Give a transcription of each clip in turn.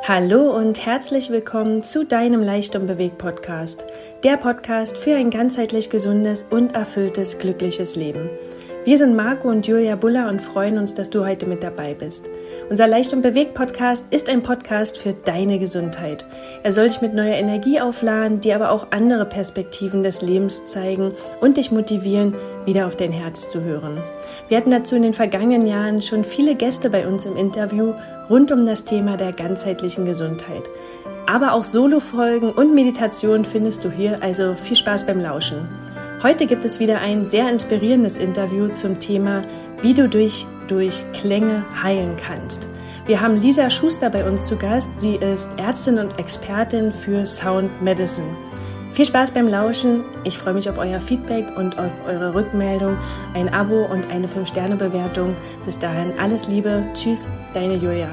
Hallo und herzlich willkommen zu deinem Leicht und bewegt Podcast. Der Podcast für ein ganzheitlich gesundes und erfülltes, glückliches Leben. Wir sind Marco und Julia Buller und freuen uns, dass du heute mit dabei bist. Unser Leicht und bewegt Podcast ist ein Podcast für deine Gesundheit. Er soll dich mit neuer Energie aufladen, dir aber auch andere Perspektiven des Lebens zeigen und dich motivieren, wieder auf dein Herz zu hören. Wir hatten dazu in den vergangenen Jahren schon viele Gäste bei uns im Interview rund um das Thema der ganzheitlichen Gesundheit. Aber auch Solo-Folgen und Meditationen findest du hier, also viel Spaß beim Lauschen. Heute gibt es wieder ein sehr inspirierendes Interview zum Thema, wie du durch Klänge heilen kannst. Wir haben Lisa Schuster bei uns zu Gast. Sie ist Ärztin und Expertin für Sound Medicine. Viel Spaß beim Lauschen. Ich freue mich auf euer Feedback und auf eure Rückmeldung, ein Abo und eine 5-Sterne-Bewertung. Bis dahin alles Liebe. Tschüss, deine Julia.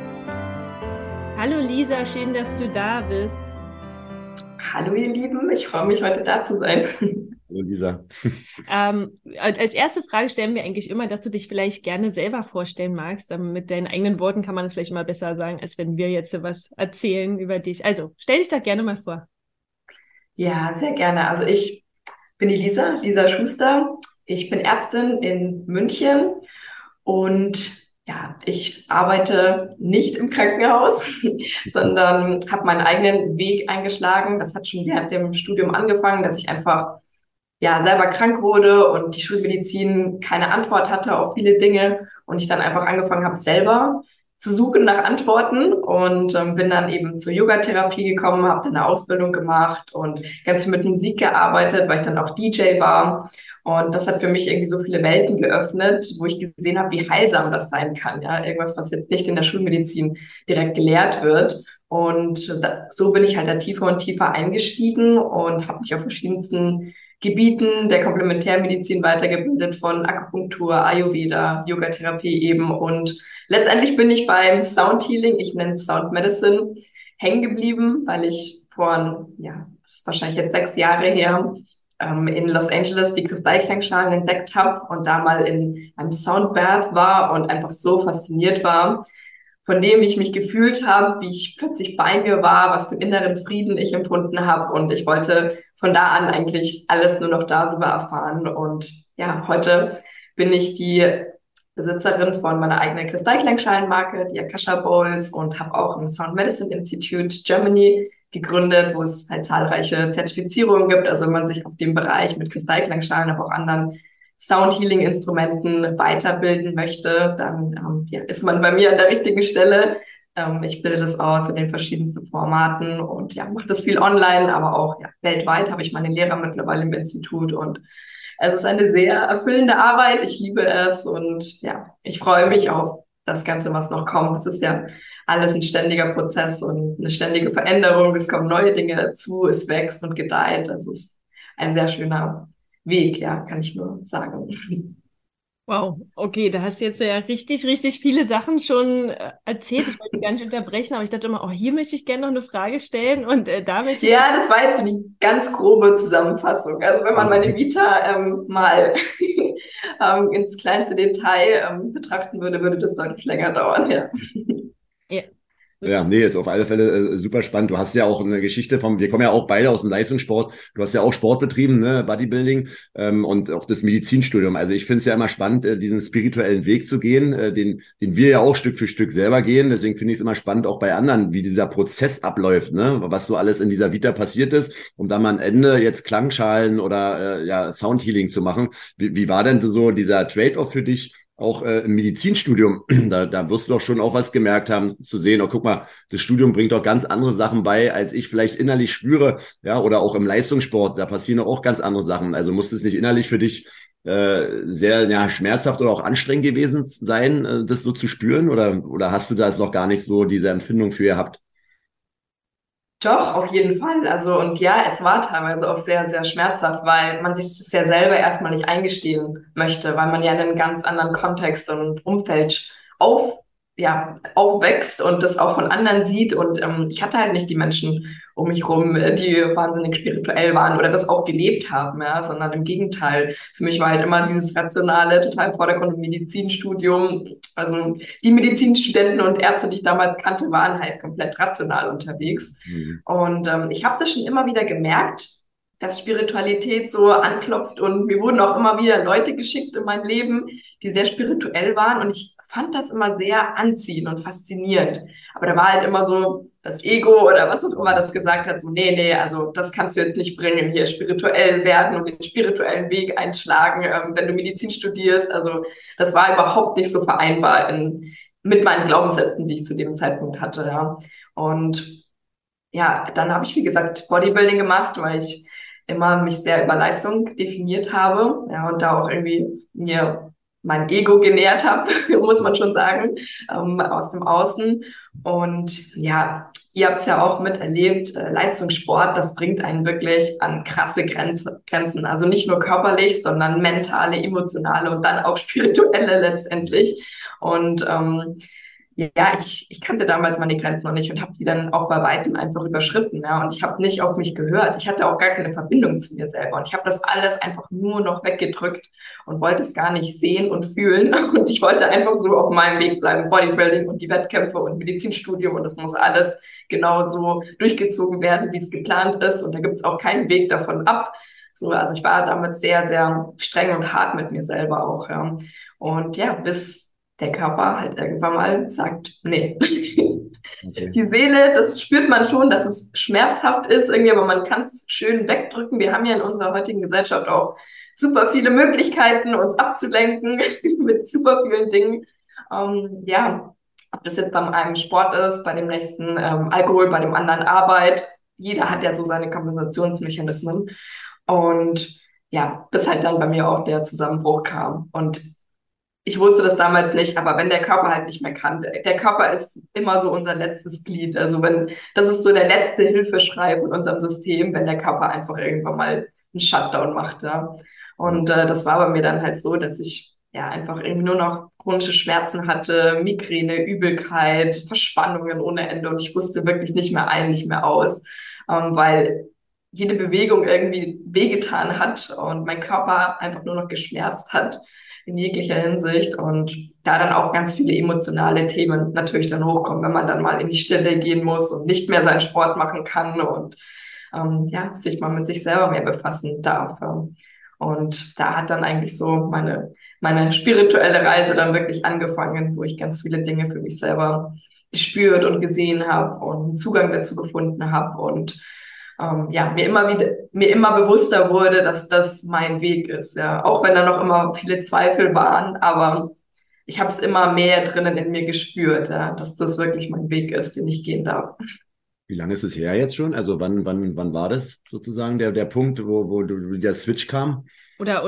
Hallo Lisa, schön, dass du da bist. Hallo ihr Lieben, ich freue mich, heute da zu sein. Hallo Lisa. Als erste Frage stellen wir eigentlich immer, dass du dich vielleicht gerne selber vorstellen magst. Mit deinen eigenen Worten kann man das vielleicht immer besser sagen, als wenn wir jetzt was erzählen über dich. Also stell dich doch gerne mal vor. Ja, sehr gerne. Also ich bin die Lisa Schuster. Ich bin Ärztin in München und ja, ich arbeite nicht im Krankenhaus, sondern habe meinen eigenen Weg eingeschlagen. Das hat schon während dem Studium angefangen, dass ich einfach selber krank wurde und die Schulmedizin keine Antwort hatte auf viele Dinge und ich dann einfach angefangen habe, selber zu suchen nach Antworten und bin dann eben zur Yogatherapie gekommen, habe dann eine Ausbildung gemacht und ganz viel mit Musik gearbeitet, weil ich dann auch DJ war. Und das hat für mich irgendwie so viele Welten geöffnet, wo ich gesehen habe, wie heilsam das sein kann. Ja, irgendwas, was jetzt nicht in der Schulmedizin direkt gelehrt wird. Und so bin ich halt da tiefer und tiefer eingestiegen und habe mich auf verschiedensten Gebieten der Komplementärmedizin weitergebildet, von Akupunktur, Ayurveda, Yogatherapie eben. Und letztendlich bin ich beim Sound Healing, ich nenne es Sound Medicine, hängen geblieben, weil ich das ist wahrscheinlich jetzt 6 Jahre her, in Los Angeles die Kristallklangschalen entdeckt habe und da mal in einem Soundbath war und einfach so fasziniert war von dem, wie ich mich gefühlt habe, wie ich plötzlich bei mir war, was für einen inneren Frieden ich empfunden habe. Und ich wollte von da an eigentlich alles nur noch darüber erfahren. Und ja, heute bin ich die Besitzerin von meiner eigenen Kristallklangschalenmarke, die Akasha Bowls, und habe auch ein Sound Medicine Institute Germany gegründet, wo es halt zahlreiche Zertifizierungen gibt. Also wenn man sich auf dem Bereich mit Kristallklangschalen, aber auch anderen Sound Healing Instrumenten weiterbilden möchte, dann ist man bei mir an der richtigen Stelle. Ich bilde das aus in den verschiedensten Formaten und mache das viel online, aber auch weltweit habe ich meine Lehrer mittlerweile im Institut und es ist eine sehr erfüllende Arbeit. Ich liebe es und ich freue mich auf das Ganze, was noch kommt. Es ist ja alles ein ständiger Prozess und eine ständige Veränderung. Es kommen neue Dinge dazu, es wächst und gedeiht. Es ist ein sehr schöner Weg, ja, kann ich nur sagen. Wow, okay, da hast du jetzt ja richtig, richtig viele Sachen schon erzählt. Ich wollte dich gar nicht unterbrechen, aber ich dachte immer, hier möchte ich gerne noch eine Frage stellen und da möchte ich... Ja, das war jetzt so die ganz grobe Zusammenfassung. Also wenn man meine Vita mal ins kleinste Detail betrachten würde, würde das deutlich länger dauern, ja. Ja. Ja, nee, ist auf alle Fälle super spannend. Du hast ja auch eine Geschichte wir kommen ja auch beide aus dem Leistungssport. Du hast ja auch Sport betrieben, ne, Bodybuilding, und auch das Medizinstudium. Also ich finde es ja immer spannend, diesen spirituellen Weg zu gehen, den wir ja auch Stück für Stück selber gehen. Deswegen finde ich es immer spannend, auch bei anderen, wie dieser Prozess abläuft, ne, was so alles in dieser Vita passiert ist, um dann mal am Ende jetzt Klangschalen oder Soundhealing zu machen. Wie war denn so dieser Trade-off für dich? Auch im Medizinstudium, da wirst du doch schon auch was gemerkt haben, zu sehen, oh, guck mal, das Studium bringt doch ganz andere Sachen bei, als ich vielleicht innerlich spüre, ja, oder auch im Leistungssport, da passieren doch auch ganz andere Sachen. Also muss es nicht innerlich für dich sehr schmerzhaft oder auch anstrengend gewesen sein, das so zu spüren, oder hast du da noch gar nicht so diese Empfindung für gehabt? Doch, auf jeden Fall. Also, und ja, es war teilweise auch sehr, sehr schmerzhaft, weil man sich das ja selber erstmal nicht eingestehen möchte, weil man ja in einem ganz anderen Kontext und Umfeld ja, aufwächst und das auch von anderen sieht. Und ich hatte halt nicht die Menschen um mich rum, die wahnsinnig spirituell waren oder das auch gelebt haben, ja, sondern im Gegenteil. Für mich war halt immer dieses Rationale total im Vordergrund im Medizinstudium. Also die Medizinstudenten und Ärzte, die ich damals kannte, waren halt komplett rational unterwegs. Mhm. Und ich habe das schon immer wieder gemerkt, dass Spiritualität so anklopft und mir wurden auch immer wieder Leute geschickt in mein Leben, die sehr spirituell waren und ich fand das immer sehr anziehend und faszinierend. Aber da war halt immer so das Ego oder was auch immer das gesagt hat, so nee, also das kannst du jetzt nicht bringen, hier spirituell werden und den spirituellen Weg einschlagen, wenn du Medizin studierst. Also das war überhaupt nicht so vereinbar mit meinen Glaubenssätzen, die ich zu dem Zeitpunkt hatte, ja. Und ja, dann habe ich, wie gesagt, Bodybuilding gemacht, weil ich immer mich sehr über Leistung definiert habe, ja, und da auch irgendwie mir mein Ego genährt habe, muss man schon sagen, aus dem Außen. Und ja, ihr habt es ja auch miterlebt, Leistungssport, das bringt einen wirklich an krasse Grenzen. Also nicht nur körperlich, sondern mentale, emotionale und dann auch spirituelle letztendlich. Und ja, ich kannte damals meine Grenzen noch nicht und habe die dann auch bei weitem einfach überschritten. Ja. Und ich habe nicht auf mich gehört. Ich hatte auch gar keine Verbindung zu mir selber. Und ich habe das alles einfach nur noch weggedrückt und wollte es gar nicht sehen und fühlen. Und ich wollte einfach so auf meinem Weg bleiben. Bodybuilding und die Wettkämpfe und Medizinstudium. Und das muss alles genauso durchgezogen werden, wie es geplant ist. Und da gibt es auch keinen Weg davon ab. So, also ich war damals sehr, sehr streng und hart mit mir selber auch. Ja. Und ja, bis der Körper halt irgendwann mal sagt, nee. Okay. Die Seele, das spürt man schon, dass es schmerzhaft ist irgendwie, aber man kann es schön wegdrücken. Wir haben ja in unserer heutigen Gesellschaft auch super viele Möglichkeiten, uns abzulenken mit super vielen Dingen. Ja, ob das jetzt beim einen Sport ist, bei dem nächsten Alkohol, bei dem anderen Arbeit. Jeder hat ja so seine Kompensationsmechanismen. Und ja, bis halt dann bei mir auch der Zusammenbruch kam. Und ich wusste das damals nicht, aber wenn der Körper halt nicht mehr kann, der Körper ist immer so unser letztes Glied. Also das ist so der letzte Hilfeschrei von unserem System, wenn der Körper einfach irgendwann mal einen Shutdown macht, ja. Und das war bei mir dann halt so, dass ich ja einfach irgendwie nur noch chronische Schmerzen hatte, Migräne, Übelkeit, Verspannungen ohne Ende und ich wusste wirklich nicht mehr ein, nicht mehr aus, weil jede Bewegung irgendwie wehgetan hat und mein Körper einfach nur noch geschmerzt hat in jeglicher Hinsicht und da dann auch ganz viele emotionale Themen natürlich dann hochkommen, wenn man dann mal in die Stille gehen muss und nicht mehr seinen Sport machen kann und ja, sich mal mit sich selber mehr befassen darf. Und da hat dann eigentlich so meine spirituelle Reise dann wirklich angefangen, wo ich ganz viele Dinge für mich selber gespürt und gesehen habe und einen Zugang dazu gefunden habe und ja, mir immer bewusster wurde, dass das mein Weg ist, ja. Auch wenn da noch immer viele Zweifel waren, aber ich habe es immer mehr drinnen in mir gespürt, ja, dass das wirklich mein Weg ist, den ich gehen darf. Wie lange ist es her jetzt schon? Also wann war das sozusagen der Punkt, wo der Switch kam? Oder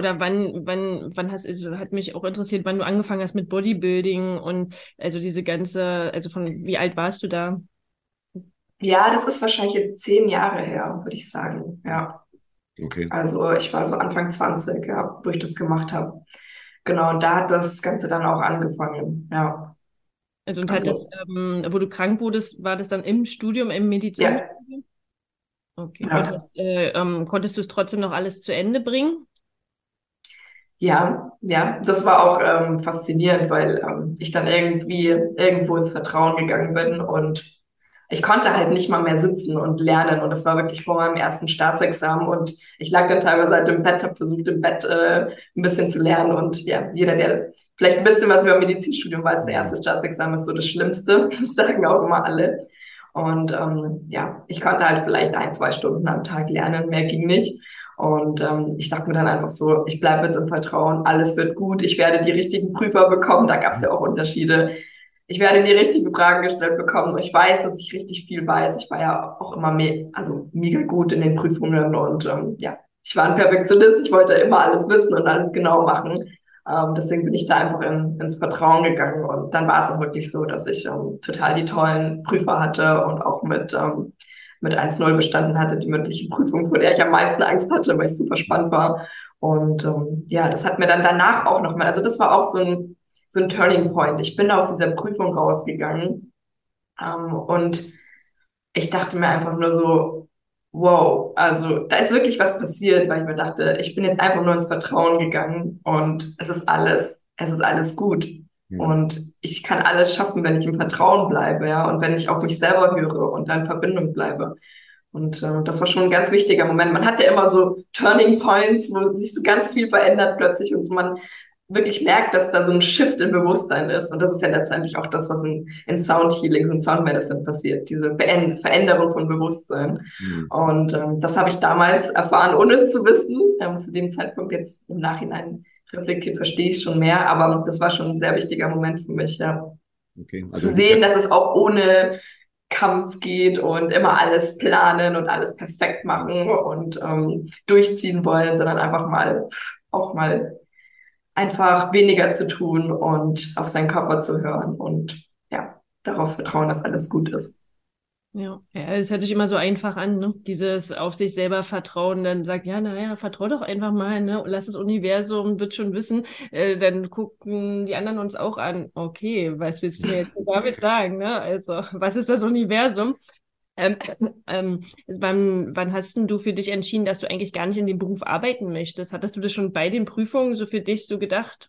also hat mich auch interessiert, wann du angefangen hast mit Bodybuilding und also diese ganze, also von wie alt warst du da? Ja, das ist wahrscheinlich jetzt 10 Jahre her, würde ich sagen. Ja, Okay. also ich war so Anfang 20, ja, wo ich das gemacht habe. Genau, und da hat das Ganze dann auch angefangen. Ja, Also und hat das, also wo du krank wurdest, war das dann im Studium, im ja, Medizinstudium? Okay. Und ja. konntest du es trotzdem noch alles zu Ende bringen? Ja, das war auch faszinierend, weil ich dann irgendwie irgendwo ins Vertrauen gegangen bin und ich konnte halt nicht mal mehr sitzen und lernen und das war wirklich vor meinem ersten Staatsexamen und ich lag dann teilweise halt im Bett, habe versucht im Bett ein bisschen zu lernen und ja, jeder, der vielleicht ein bisschen was über Medizinstudium weiß, der erste Staatsexamen ist so das Schlimmste, das sagen auch immer alle. Und ja, ich konnte halt vielleicht 1, 2 Stunden am Tag lernen, mehr ging nicht. Und ich dachte mir dann einfach so, ich bleibe jetzt im Vertrauen, alles wird gut, ich werde die richtigen Prüfer bekommen. Da gab es ja auch Unterschiede. Ich werde die richtigen Fragen gestellt bekommen. Ich weiß, dass ich richtig viel weiß. Ich war ja auch immer also mega gut in den Prüfungen und ja, ich war ein Perfektionist. Ich wollte immer alles wissen und alles genau machen. Deswegen bin ich da einfach ins Vertrauen gegangen. Und dann war es auch wirklich so, dass ich total die tollen Prüfer hatte und auch mit 1,0 bestanden hatte, die mündliche Prüfung, vor der ich am meisten Angst hatte, weil ich super spannend war. Und ja, das hat mir dann danach auch nochmal, also das war auch so ein Turning Point. Ich bin da aus dieser Prüfung rausgegangen, und ich dachte mir einfach nur so, wow, also da ist wirklich was passiert, weil ich mir dachte, ich bin jetzt einfach nur ins Vertrauen gegangen und es ist alles gut. Mhm. Und ich kann alles schaffen, wenn ich im Vertrauen bleibe, ja, und wenn ich auf mich selber höre und da in Verbindung bleibe. Und das war schon ein ganz wichtiger Moment. Man hat ja immer so Turning Points, wo sich so ganz viel verändert plötzlich und so man wirklich merkt, dass da so ein Shift im Bewusstsein ist. Und das ist ja letztendlich auch das, was in Sound Healings und Sound Medicine passiert, diese Veränderung von Bewusstsein. Mhm. Und das habe ich damals erfahren, ohne es zu wissen. Zu dem Zeitpunkt jetzt im Nachhinein reflektiert, verstehe ich schon mehr, aber das war schon ein sehr wichtiger Moment für mich, ja. Okay, Zu also sehen, dass es auch ohne Kampf geht und immer alles planen und alles perfekt machen und durchziehen wollen, sondern einfach mal auch mal einfach weniger zu tun und auf seinen Körper zu hören und ja, darauf vertrauen, dass alles gut ist. Ja, ja, es hört sich immer so einfach an, ne? Dieses auf sich selber vertrauen, dann sagt, ja, naja, vertrau doch einfach mal, ne? Lass das Universum, wird schon wissen. Dann gucken die anderen uns auch an. Okay, was willst du mir jetzt damit sagen, ne? Also, was ist das Universum? Ähm, wann hast denn du für dich entschieden, dass du eigentlich gar nicht in dem Beruf arbeiten möchtest? Hattest du das schon bei den Prüfungen so für dich so gedacht?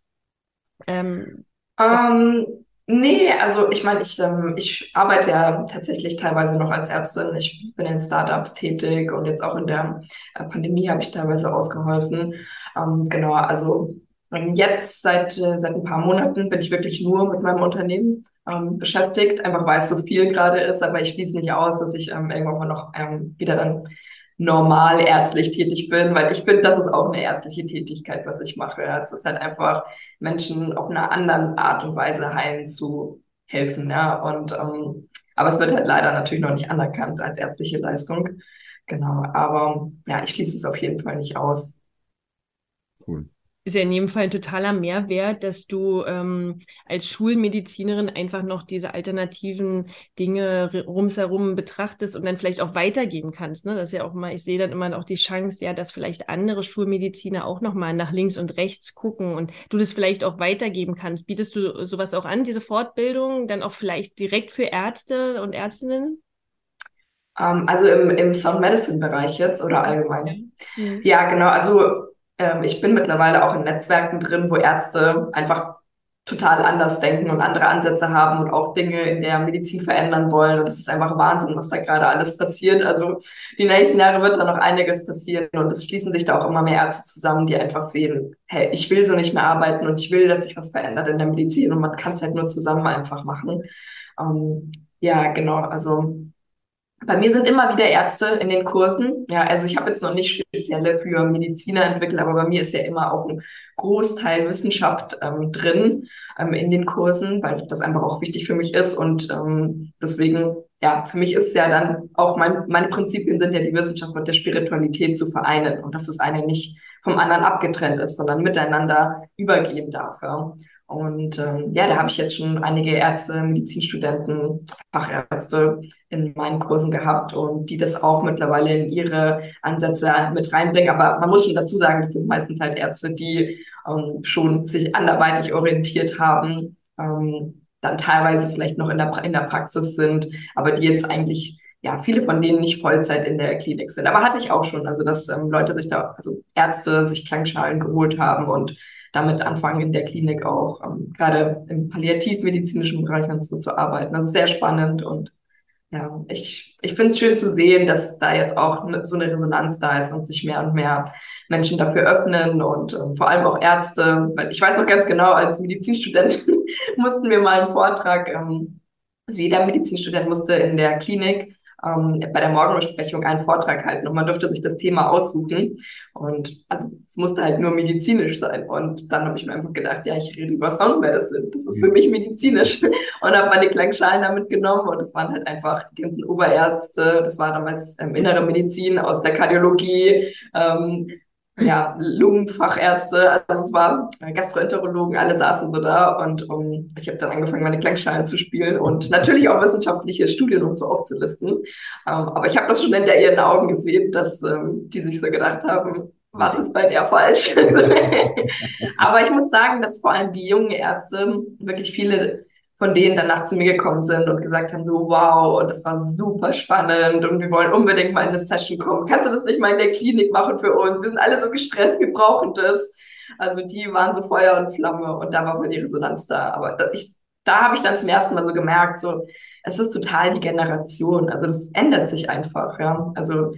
Ja. Nee, also ich meine, ich arbeite ja tatsächlich teilweise noch als Ärztin. Ich bin in Startups tätig und jetzt auch in der Pandemie habe ich teilweise ausgeholfen. Genau, also jetzt seit ein paar Monaten bin ich wirklich nur mit meinem Unternehmen beschäftigt, einfach weil es so viel gerade ist, aber ich schließe nicht aus, dass ich irgendwann mal noch wieder dann normal ärztlich tätig bin, weil ich finde, das ist auch eine ärztliche Tätigkeit, was ich mache. Ja. Es ist halt einfach Menschen auf einer anderen Art und Weise heilen zu helfen. Ja. Und aber es wird halt leider natürlich noch nicht anerkannt als ärztliche Leistung. Genau, aber ja, ich schließe es auf jeden Fall nicht aus. cool. Ist ja in jedem Fall ein totaler Mehrwert, dass du als Schulmedizinerin einfach noch diese alternativen Dinge rumsherum betrachtest und dann vielleicht auch weitergeben kannst. Ne? Das ist ja auch mal, ich sehe dann immer auch die Chance, ja, dass vielleicht andere Schulmediziner auch nochmal nach links und rechts gucken und du das vielleicht auch weitergeben kannst. Bietest du sowas auch an, diese Fortbildung, dann auch vielleicht direkt für Ärzte und Ärztinnen? Also im Sound Medicine Bereich jetzt oder Ja. allgemein. Mhm. Ja, genau. Also ich bin mittlerweile auch in Netzwerken drin, wo Ärzte einfach total anders denken und andere Ansätze haben und auch Dinge in der Medizin verändern wollen. Und es ist einfach Wahnsinn, was da gerade alles passiert. Also die nächsten Jahre wird da noch einiges passieren und es schließen sich da auch immer mehr Ärzte zusammen, die einfach sehen, hey, ich will so nicht mehr arbeiten und ich will, dass sich was verändert in der Medizin und man kann es halt nur zusammen einfach machen. Ja, genau. Also bei mir sind immer wieder Ärzte in den Kursen. Ja, also ich habe jetzt noch nicht spezielle für Mediziner entwickelt, aber bei mir ist ja immer auch ein Großteil Wissenschaft drin in den Kursen, weil das einfach auch wichtig für mich ist. Und deswegen, ja, für mich ist es ja dann auch meine Prinzipien sind ja die Wissenschaft mit der Spiritualität zu vereinen und dass das eine nicht vom anderen abgetrennt ist, sondern miteinander übergehen darf. Ja. Und ja, da habe ich jetzt schon einige Ärzte, Medizinstudenten, Fachärzte in meinen Kursen gehabt und die das auch mittlerweile in ihre Ansätze mit reinbringen. Aber man muss schon dazu sagen, das sind meistens halt Ärzte, die schon sich anderweitig orientiert haben, dann teilweise vielleicht noch in der Praxis sind, aber die jetzt eigentlich, ja, viele von denen nicht Vollzeit in der Klinik sind. Aber hatte ich auch schon, also dass Leute sich da, also Ärzte sich Klangschalen geholt haben und damit anfangen in der Klinik auch, gerade im palliativmedizinischen Bereich so zu arbeiten. Das ist sehr spannend und ja, ich finde es schön zu sehen, dass da jetzt auch so eine Resonanz da ist und sich mehr und mehr Menschen dafür öffnen und vor allem auch Ärzte. Weil ich weiß noch ganz genau, als Medizinstudent mussten wir mal einen Vortrag, also jeder Medizinstudent musste in der Klinik bei der Morgenbesprechung einen Vortrag halten und man durfte sich das Thema aussuchen. Und also es musste halt nur medizinisch sein. Und dann habe ich mir einfach gedacht, ja, ich rede über Sound Medicine. Das ist für mich medizinisch. Und habe meine Klangschalen damit genommen. Und es waren halt einfach die ganzen Oberärzte. Das war damals innere Medizin aus der Kardiologie. Ja, Lungenfachärzte, also es war Gastroenterologen, alle saßen so da und ich habe dann angefangen, meine Klangschalen zu spielen und natürlich auch wissenschaftliche Studien und so aufzulisten. Aber ich habe das schon hinter ihren Augen gesehen, dass die sich so gedacht haben, was ist bei der falsch? Aber ich muss sagen, dass vor allem die jungen Ärzte, wirklich viele von denen danach zu mir gekommen sind und gesagt haben, so wow, und das war super spannend und wir wollen unbedingt mal in eine Session kommen. Kannst du das nicht mal in der Klinik machen für uns? Wir sind alle so gestresst, wir brauchen das. Also die waren so Feuer und Flamme und da war wohl die Resonanz da. Aber da habe ich dann zum ersten Mal so gemerkt, so es ist total die Generation. Also das ändert sich einfach, ja. Also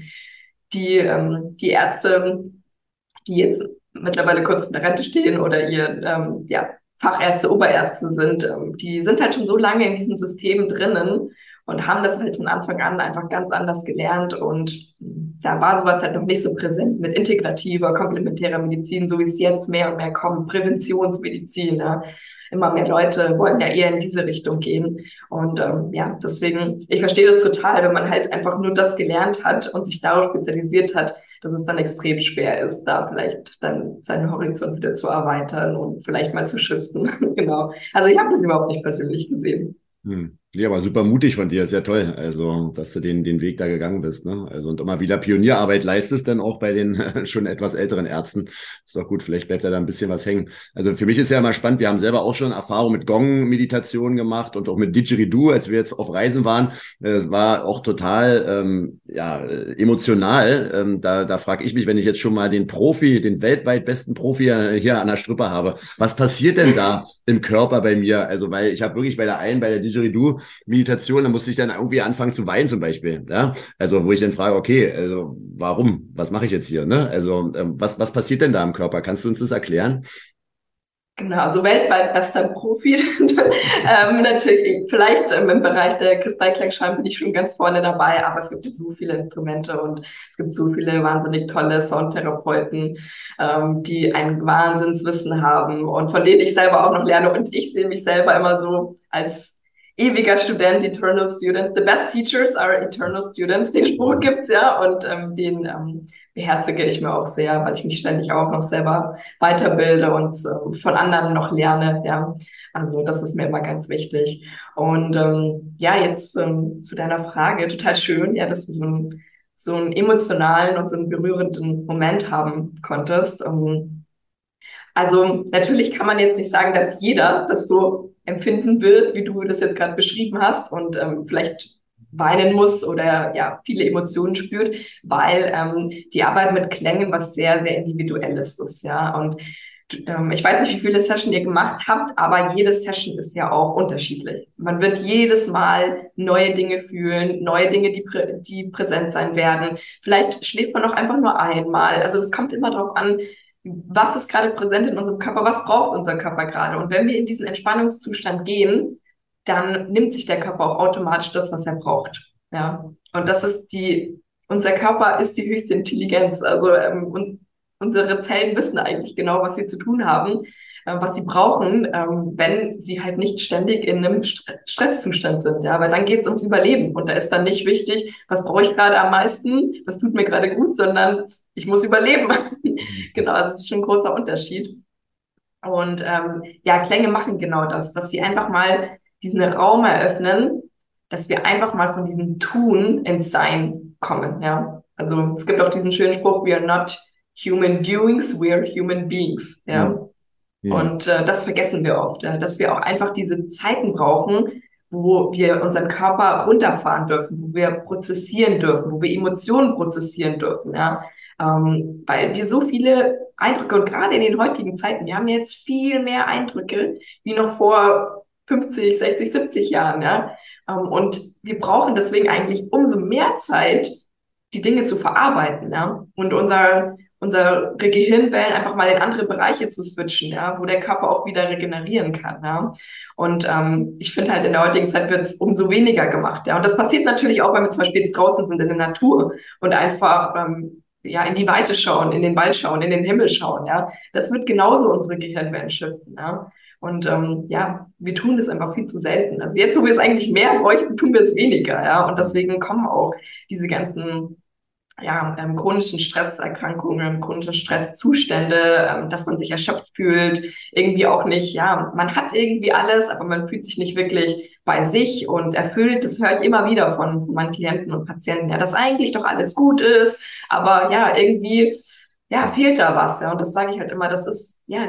die Ärzte, die jetzt mittlerweile kurz vor der Rente stehen oder Fachärzte, Oberärzte sind, die sind halt schon so lange in diesem System drinnen und haben das halt von Anfang an einfach ganz anders gelernt. Und da war sowas halt noch nicht so präsent mit integrativer, komplementärer Medizin, so wie es jetzt mehr und mehr kommt, Präventionsmedizin. Ja. Immer mehr Leute wollen ja eher in diese Richtung gehen. Und deswegen, ich verstehe das total, wenn man halt einfach nur das gelernt hat und sich darauf spezialisiert hat, dass es dann extrem schwer ist, da vielleicht dann seinen Horizont wieder zu erweitern und vielleicht mal zu shiften. Genau. Also ich habe das überhaupt nicht persönlich gesehen. Ja, aber super mutig von dir, ist ja toll, also dass du den Weg da gegangen bist, ne? Also und immer wieder Pionierarbeit leistest, dann auch bei den schon etwas älteren Ärzten. Ist doch gut, vielleicht bleibt da ein bisschen was hängen. Also für mich ist ja immer spannend, wir haben selber auch schon Erfahrung mit Gong-Meditation gemacht und auch mit Didgeridoo, als wir jetzt auf Reisen waren. Es war auch total emotional. Da frage ich mich, wenn ich jetzt schon mal den weltweit besten Profi hier an der Strippe habe, was passiert denn da im Körper bei mir? Also weil ich habe wirklich bei der Didgeridoo-Meditation, da musste ich dann irgendwie anfangen zu weinen zum Beispiel. Ja? Also wo ich dann frage, okay, also warum? Was mache ich jetzt hier? Ne? Also was passiert denn da im Körper? Kannst du uns das erklären? Genau, also weltweit bester Profi. Natürlich, vielleicht im Bereich der Kristallklangschalen bin ich schon ganz vorne dabei, aber es gibt so viele Instrumente und es gibt so viele wahnsinnig tolle Soundtherapeuten, die ein Wahnsinnswissen haben und von denen ich selber auch noch lerne. Und ich sehe mich selber immer so als ewiger Student, Eternal Students. The best teachers are eternal students. Den Spruch gibt's ja und den beherzige ich mir auch sehr, weil ich mich ständig auch noch selber weiterbilde und von anderen noch lerne. Ja, also das ist mir immer ganz wichtig. Und jetzt zu deiner Frage, total schön, ja, dass du so einen emotionalen und so einen berührenden Moment haben konntest. Also natürlich kann man jetzt nicht sagen, dass jeder das so empfinden wird, wie du das jetzt gerade beschrieben hast und vielleicht weinen muss oder ja viele Emotionen spürt, weil die Arbeit mit Klängen was sehr, sehr Individuelles ist, ja. Und ich weiß nicht, wie viele Sessions ihr gemacht habt, aber jede Session ist ja auch unterschiedlich. Man wird jedes Mal neue Dinge fühlen, neue Dinge, die präsent sein werden. Vielleicht schläft man auch einfach nur einmal. Also das kommt immer darauf an, was ist gerade präsent in unserem Körper, was braucht unser Körper gerade. Und wenn wir in diesen Entspannungszustand gehen, dann nimmt sich der Körper auch automatisch das, was er braucht. Ja. Und das ist unser Körper ist die höchste Intelligenz. Also unsere Zellen wissen eigentlich genau, was sie zu tun haben, was sie brauchen, wenn sie halt nicht ständig in einem Stresszustand sind. Ja, weil dann geht es ums Überleben. Und da ist dann nicht wichtig, was brauche ich gerade am meisten, was tut mir gerade gut, sondern ich muss überleben. Genau, also das ist schon ein großer Unterschied. Und Klänge machen genau das, dass sie einfach mal diesen Raum eröffnen, dass wir einfach mal von diesem Tun ins Sein kommen. Ja, also es gibt auch diesen schönen Spruch: We are not human doings, we are human beings. Ja, und das vergessen wir oft, ja? Dass wir auch einfach diese Zeiten brauchen, wo wir unseren Körper runterfahren dürfen, wo wir prozessieren dürfen, wo wir Emotionen prozessieren dürfen. Ja, weil wir so viele Eindrücke und gerade in den heutigen Zeiten, wir haben jetzt viel mehr Eindrücke wie noch vor 50, 60, 70 Jahren, ja. Und wir brauchen deswegen eigentlich umso mehr Zeit, die Dinge zu verarbeiten, ja. Und unsere Gehirnwellen einfach mal in andere Bereiche zu switchen, ja, wo der Körper auch wieder regenerieren kann, ja. Und ich finde halt in der heutigen Zeit wird es umso weniger gemacht, ja. Und das passiert natürlich auch, wenn wir zum Beispiel jetzt draußen sind in der Natur und einfach in die Weite schauen, in den Wald schauen, in den Himmel schauen, ja. Das wird genauso unsere Gehirnwellen shiften, ja. Und wir tun das einfach viel zu selten. Also jetzt, wo wir es eigentlich mehr bräuchten, tun wir es weniger, ja. Und deswegen kommen auch diese ganzen chronischen Stresserkrankungen, chronische Stresszustände, dass man sich erschöpft fühlt, irgendwie auch nicht, ja, man hat irgendwie alles, aber man fühlt sich nicht wirklich bei sich und erfüllt. Das höre ich immer wieder von meinen Klienten und Patienten, ja, dass eigentlich doch alles gut ist, aber ja, irgendwie ja, fehlt da was, ja. Und das sage ich halt immer, das ist ja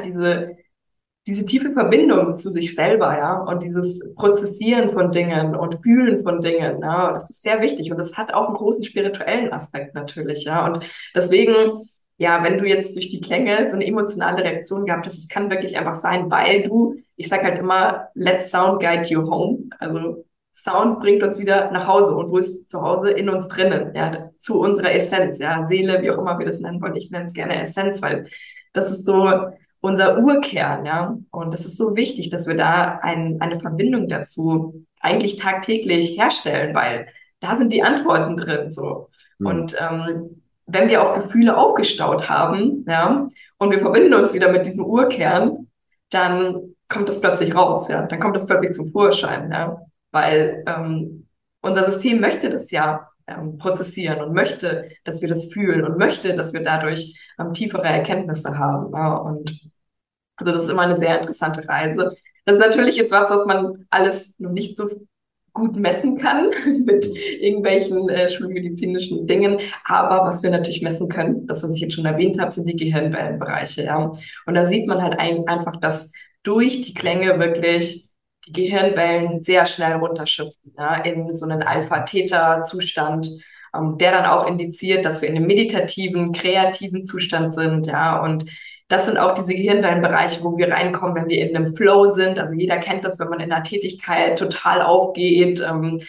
diese tiefe Verbindung zu sich selber, ja, und dieses Prozessieren von Dingen und Fühlen von Dingen, ja, das ist sehr wichtig und das hat auch einen großen spirituellen Aspekt natürlich, ja, und deswegen, ja, wenn du jetzt durch die Klänge so eine emotionale Reaktion gehabt hast, es kann wirklich einfach sein, weil ich sag halt immer, let sound guide you home, also Sound bringt uns wieder nach Hause und wo ist zu Hause? In uns drinnen, ja, zu unserer Essenz, ja, Seele, wie auch immer wir das nennen wollen, ich nenne es gerne Essenz, weil das ist so unser Urkern, ja. Und es ist so wichtig, dass wir da eine Verbindung dazu eigentlich tagtäglich herstellen, weil da sind die Antworten drin, so. Hm. Und wenn wir auch Gefühle aufgestaut haben, ja, und wir verbinden uns wieder mit diesem Urkern, dann kommt das plötzlich raus, ja. Dann kommt das plötzlich zum Vorschein, ja. Weil unser System möchte das ja prozessieren und möchte, dass wir das fühlen und möchte, dass wir dadurch tiefere Erkenntnisse haben. Ja. Und also das ist immer eine sehr interessante Reise. Das ist natürlich jetzt was man alles noch nicht so gut messen kann mit irgendwelchen schulmedizinischen Dingen. Aber was wir natürlich messen können, das, was ich jetzt schon erwähnt habe, sind die Gehirnwellenbereiche. Ja. Und da sieht man halt einfach, dass durch die Klänge wirklich die Gehirnwellen sehr schnell runterschiften, ja, in so einen Alpha-Theta-Zustand, der dann auch indiziert, dass wir in einem meditativen, kreativen Zustand sind, ja, und das sind auch diese Gehirnwellenbereiche, wo wir reinkommen, wenn wir in einem Flow sind. Also jeder kennt das, wenn man in einer Tätigkeit total aufgeht,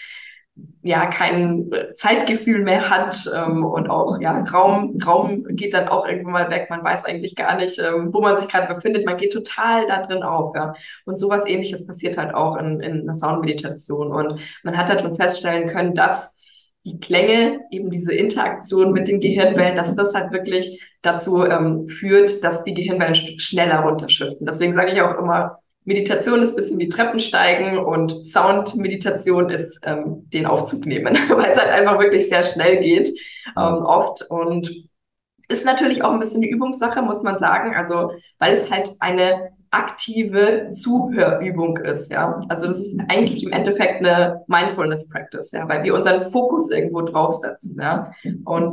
ja, kein Zeitgefühl mehr hat und auch ja, Raum geht dann auch irgendwann mal weg. Man weiß eigentlich gar nicht, wo man sich gerade befindet. Man geht total da drin auf. Ja. Und sowas Ähnliches passiert halt auch in einer Soundmeditation. Und man hat halt schon feststellen können, dass die Klänge, eben diese Interaktion mit den Gehirnwellen, dass das halt wirklich dazu führt, dass die Gehirnwellen schneller runterschiften. Deswegen sage ich auch immer, Meditation ist ein bisschen wie Treppensteigen und Sound-Meditation ist den Aufzug nehmen, weil es halt einfach wirklich sehr schnell geht, oft. Und ist natürlich auch ein bisschen eine Übungssache, muss man sagen. Also, weil es halt eine aktive Zuhörübung ist, ja. Also das ist eigentlich im Endeffekt eine Mindfulness Practice, ja, weil wir unseren Fokus irgendwo draufsetzen, ja. Und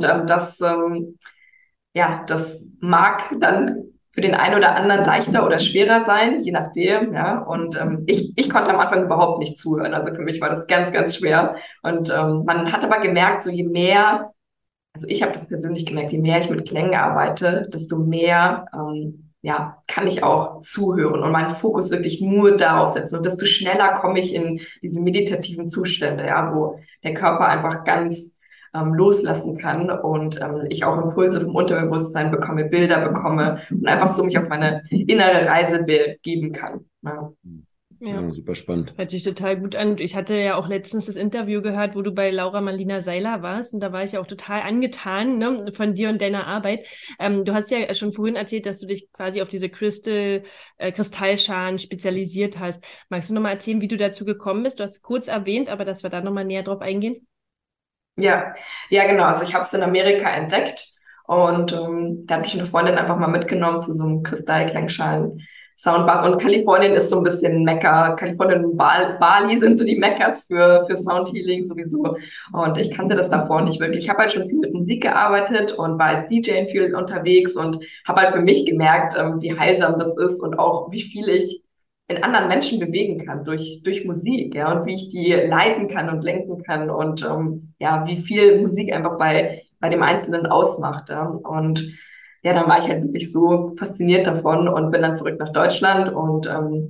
ja, das mag dann für den einen oder anderen leichter oder schwerer sein, je nachdem, ja. Und ich konnte am Anfang überhaupt nicht zuhören. Also für mich war das ganz, ganz schwer. Und man hat aber gemerkt, so je mehr, also ich habe das persönlich gemerkt, je mehr ich mit Klängen arbeite, desto mehr ja, kann ich auch zuhören und meinen Fokus wirklich nur darauf setzen. Und desto schneller komme ich in diese meditativen Zustände, ja, wo der Körper einfach ganz loslassen kann und ich auch Impulse vom Unterbewusstsein bekomme, Bilder bekomme und einfach so mich auf meine innere Reise begeben kann. Ja. Ja, super spannend. Hört sich total gut an. Ich hatte ja auch letztens das Interview gehört, wo du bei Laura Marlina Seiler warst und da war ich ja auch total angetan, ne, von dir und deiner Arbeit. Du hast ja schon vorhin erzählt, dass du dich quasi auf diese Kristallschalen spezialisiert hast. Magst du nochmal erzählen, wie du dazu gekommen bist? Du hast es kurz erwähnt, aber dass wir da nochmal näher drauf eingehen. Ja, ja, genau. Also ich habe es in Amerika entdeckt und da habe ich eine Freundin einfach mal mitgenommen zu so einem Kristallklangschalen Soundbath. Und Kalifornien ist so ein bisschen Mekka. Kalifornien und Bali sind so die Mekkas für Soundhealing sowieso. Und ich kannte das davor nicht wirklich. Ich habe halt schon viel mit Musik gearbeitet und war als DJ viel unterwegs und habe halt für mich gemerkt, wie heilsam das ist und auch wie viel ich in anderen Menschen bewegen kann durch Musik, ja, und wie ich die leiten kann und lenken kann und ja, wie viel Musik einfach bei dem Einzelnen ausmacht. Ja. Und ja, dann war ich halt wirklich so fasziniert davon und bin dann zurück nach Deutschland und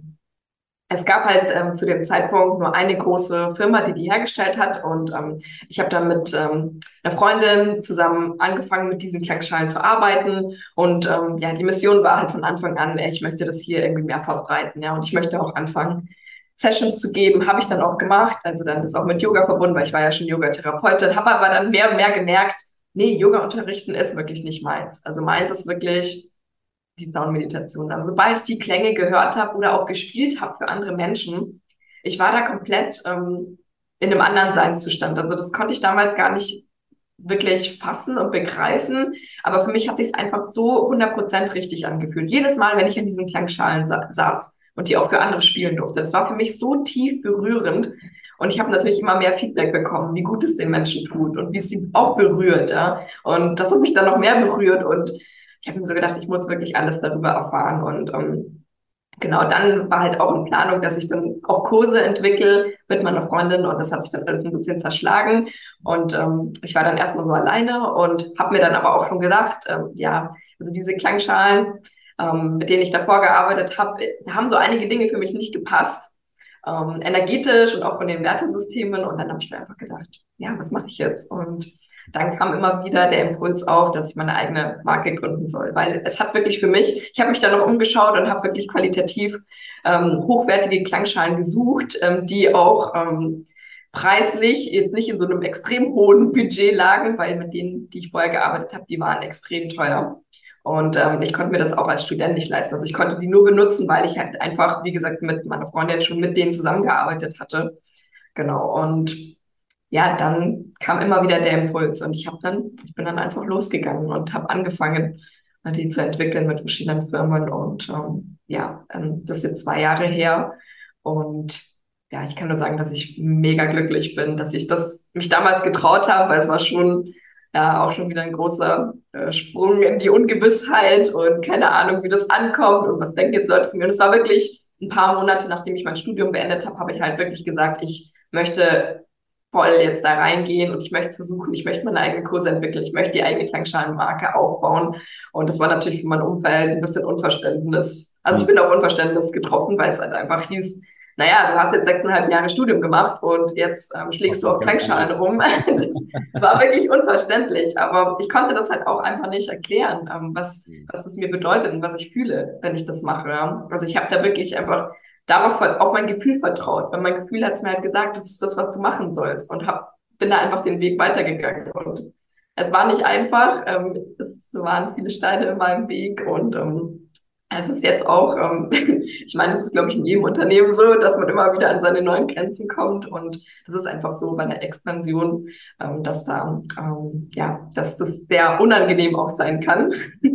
es gab halt zu dem Zeitpunkt nur eine große Firma, die hergestellt hat und ich habe dann mit einer Freundin zusammen angefangen, mit diesen Klangschalen zu arbeiten und ja, die Mission war halt von Anfang an, ich möchte das hier irgendwie mehr verbreiten, ja, und ich möchte auch anfangen, Sessions zu geben, habe ich dann auch gemacht, also dann ist auch mit Yoga verbunden, weil ich war ja schon Yogatherapeutin, habe aber dann mehr und mehr gemerkt, nee, Yoga unterrichten ist wirklich nicht meins. Also meins ist wirklich die Soundmeditation. Also sobald ich die Klänge gehört habe oder auch gespielt habe für andere Menschen, ich war da komplett in einem anderen Seinszustand. Also das konnte ich damals gar nicht wirklich fassen und begreifen. Aber für mich hat sich es einfach so 100% richtig angefühlt. Jedes Mal, wenn ich in diesen Klangschalen saß und die auch für andere spielen durfte, das war für mich so tief berührend. Und ich habe natürlich immer mehr Feedback bekommen, wie gut es den Menschen tut und wie es sie auch berührt. Ja? Und das hat mich dann noch mehr berührt und ich habe mir so gedacht, ich muss wirklich alles darüber erfahren. Und genau, dann war halt auch in Planung, dass ich dann auch Kurse entwickle mit meiner Freundin, und das hat sich dann alles ein bisschen zerschlagen. Und ich war dann erstmal so alleine und habe mir dann aber auch schon gedacht, ja, also diese Klangschalen, mit denen ich davor gearbeitet habe, haben so einige Dinge für mich nicht gepasst, energetisch und auch von den Wertesystemen. Und dann habe ich mir einfach gedacht, ja, was mache ich jetzt? Und dann kam immer wieder der Impuls auf, dass ich meine eigene Marke gründen soll, weil es hat wirklich für mich, ich habe mich da noch umgeschaut und habe wirklich qualitativ hochwertige Klangschalen gesucht, die auch preislich jetzt nicht in so einem extrem hohen Budget lagen, weil mit denen, die ich vorher gearbeitet habe, die waren extrem teuer. Und ich konnte mir das auch als Student nicht leisten. Also ich konnte die nur benutzen, weil ich halt einfach, wie gesagt, mit meiner Freundin schon mit denen zusammengearbeitet hatte. Genau. Und ja, dann kam immer wieder der Impuls, und ich bin dann einfach losgegangen und habe angefangen, die zu entwickeln mit verschiedenen Firmen. Und ja, das ist jetzt 2 Jahre her. Und ja, ich kann nur sagen, dass ich mega glücklich bin, dass ich mich damals getraut habe, weil es war schon ja auch schon wieder ein großer Sprung in die Ungewissheit und keine Ahnung, wie das ankommt und was denken jetzt Leute von mir. Und es war wirklich ein paar Monate, nachdem ich mein Studium beendet habe, habe ich halt wirklich gesagt, ich möchte voll jetzt da reingehen und ich möchte es versuchen, ich möchte meine eigenen Kurse entwickeln, ich möchte die eigene Klangschalenmarke aufbauen. Und das war natürlich für mein Umfeld ein bisschen Unverständnis. Also ich bin auf Unverständnis getroffen, weil es halt einfach hieß, naja, du hast jetzt 6,5 Jahre Studium gemacht und jetzt schlägst du auf Klangschalen rum. Das war wirklich unverständlich, aber ich konnte das halt auch einfach nicht erklären, was es mir bedeutet und was ich fühle, wenn ich das mache. Ja. Also ich habe da wirklich einfach darauf auf mein Gefühl vertraut, weil mein Gefühl hat es mir halt gesagt, das ist das, was du machen sollst, und bin da einfach den Weg weitergegangen. Und es war nicht einfach, es waren viele Steine in meinem Weg, und es ist jetzt auch, ich meine, es ist, glaube ich, in jedem Unternehmen so, dass man immer wieder an seine neuen Grenzen kommt, und das ist einfach so bei der Expansion, dass das sehr unangenehm auch sein kann.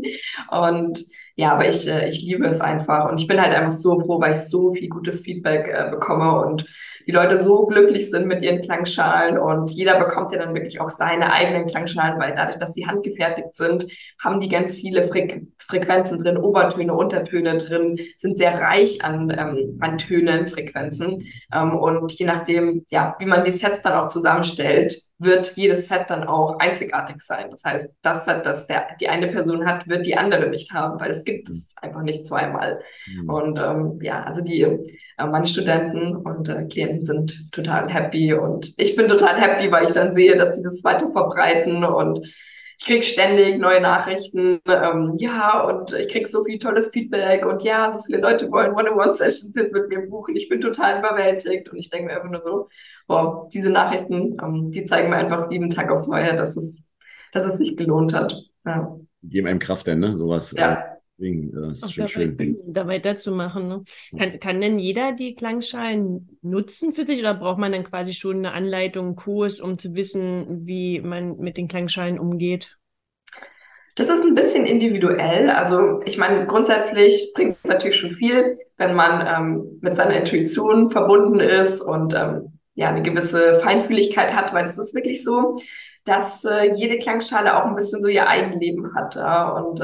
Und ja, aber ich liebe es einfach, und ich bin halt einfach so froh, weil ich so viel gutes Feedback bekomme und die Leute so glücklich sind mit ihren Klangschalen, und jeder bekommt ja dann wirklich auch seine eigenen Klangschalen, weil dadurch, dass sie handgefertigt sind, haben die ganz viele Frequenzen drin, Obertöne, Untertöne drin, sind sehr reich an Tönen, Frequenzen. Und je nachdem, ja, wie man die Sets dann auch zusammenstellt, wird jedes Set dann auch einzigartig sein. Das heißt, das Set, das die eine Person hat, wird die andere nicht haben, weil es gibt es einfach nicht zweimal. Und ja, also meine Studenten und Klienten sind total happy, und ich bin total happy, weil ich dann sehe, dass die das weiter verbreiten, und ich krieg ständig neue Nachrichten, ja, und ich krieg so viel tolles Feedback, und ja, so viele Leute wollen One-on-One-Sessions jetzt mit mir buchen. Ich bin total überwältigt, und ich denke mir einfach nur so, wow, diese Nachrichten, die zeigen mir einfach jeden Tag aufs Neue, dass es sich gelohnt hat. Ja. Die geben einem Kraft denn, ne? Sowas. Ja. Das ist auch schon schön. da weiterzumachen. Ne? Kann denn jeder die Klangschalen nutzen für sich, oder braucht man dann quasi schon eine Anleitung, einen Kurs, um zu wissen, wie man mit den Klangschalen umgeht? Das ist ein bisschen individuell. Also ich meine, grundsätzlich bringt es natürlich schon viel, wenn man mit seiner Intuition verbunden ist und ja eine gewisse Feinfühligkeit hat, weil es ist wirklich so, dass jede Klangschale auch ein bisschen so ihr Eigenleben hat. Ja? Und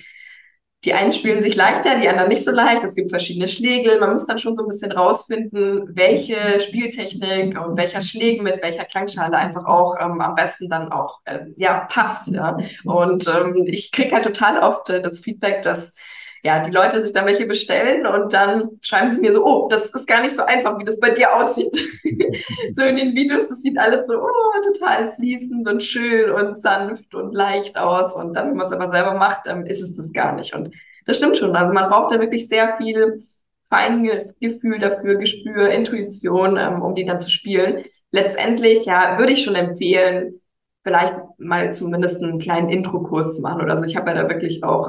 die einen spielen sich leichter, die anderen nicht so leicht. Es gibt verschiedene Schlägel. Man muss dann schon so ein bisschen rausfinden, welche Spieltechnik und welcher Schlägen mit welcher Klangschale einfach auch am besten dann auch ja passt. Ja. Und ich kriege halt total oft das Feedback, dass ja die Leute sich dann welche bestellen, und dann schreiben sie mir so, oh, das ist gar nicht so einfach, wie das bei dir aussieht. So in den Videos, das sieht alles so total fließend und schön und sanft und leicht aus, und dann, wenn man es aber selber macht, ist es das gar nicht. Und das stimmt schon. Also man braucht da wirklich sehr viel feines Gefühl dafür, Gespür, Intuition, um die dann zu spielen. Letztendlich, ja, würde ich schon empfehlen, vielleicht mal zumindest einen kleinen Intro-Kurs zu machen oder so. Ich habe ja da wirklich auch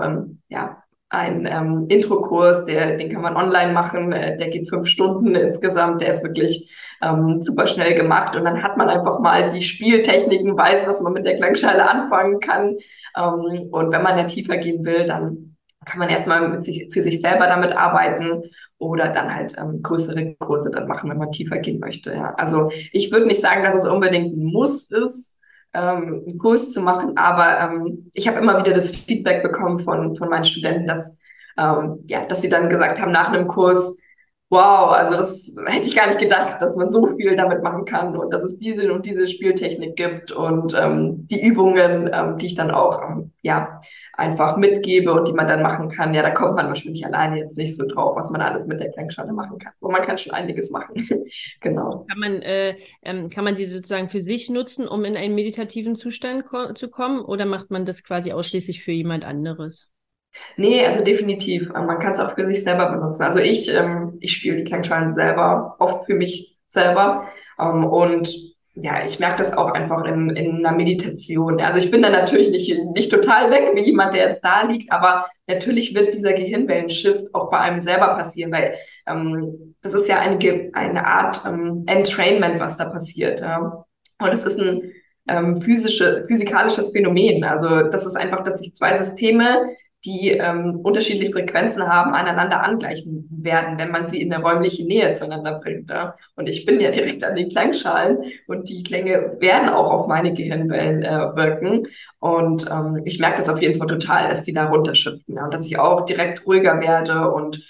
einen Intro-Kurs, den kann man online machen, der geht 5 Stunden insgesamt, der ist wirklich super schnell gemacht, und dann hat man einfach mal die Spieltechniken, weiß, was man mit der Klangschale anfangen kann, und wenn man ja tiefer gehen will, dann kann man erstmal für sich selber damit arbeiten oder dann halt größere Kurse dann machen, wenn man tiefer gehen möchte. Ja. Also ich würde nicht sagen, dass es unbedingt ein Muss ist, einen Kurs zu machen, aber ich habe immer wieder das Feedback bekommen von meinen Studenten, dass sie dann gesagt haben nach einem Kurs, wow, also das hätte ich gar nicht gedacht, dass man so viel damit machen kann und dass es diese und diese Spieltechnik gibt und die Übungen, die ich dann auch einfach mitgebe und die man dann machen kann. Ja, da kommt man wahrscheinlich alleine jetzt nicht so drauf, was man alles mit der Klangschale machen kann. Und man kann schon einiges machen. Genau. Kann man die sozusagen für sich nutzen, um in einen meditativen Zustand zu kommen, oder macht man das quasi ausschließlich für jemand anderes? Nee, also definitiv. Man kann es auch für sich selber benutzen. Also ich spiele die Klangschalen selber, oft für mich selber. Und ja, ich merke das auch einfach in einer Meditation. Also ich bin dann natürlich nicht total weg wie jemand, der jetzt da liegt, aber natürlich wird dieser Gehirnwellen-Shift auch bei einem selber passieren, weil das ist ja eine Art Entrainment, was da passiert. Ja. Und es ist ein physikalisches Phänomen. Also das ist einfach, dass sich zwei Systeme, die unterschiedliche Frequenzen haben, aneinander angleichen werden, wenn man sie in eine räumliche Nähe zueinander bringt. Ja? Und ich bin ja direkt an den Klangschalen und die Klänge werden auch auf meine Gehirnwellen wirken. Und ich merke das auf jeden Fall total, dass die da runterschiften, ja? Und dass ich auch direkt ruhiger werde und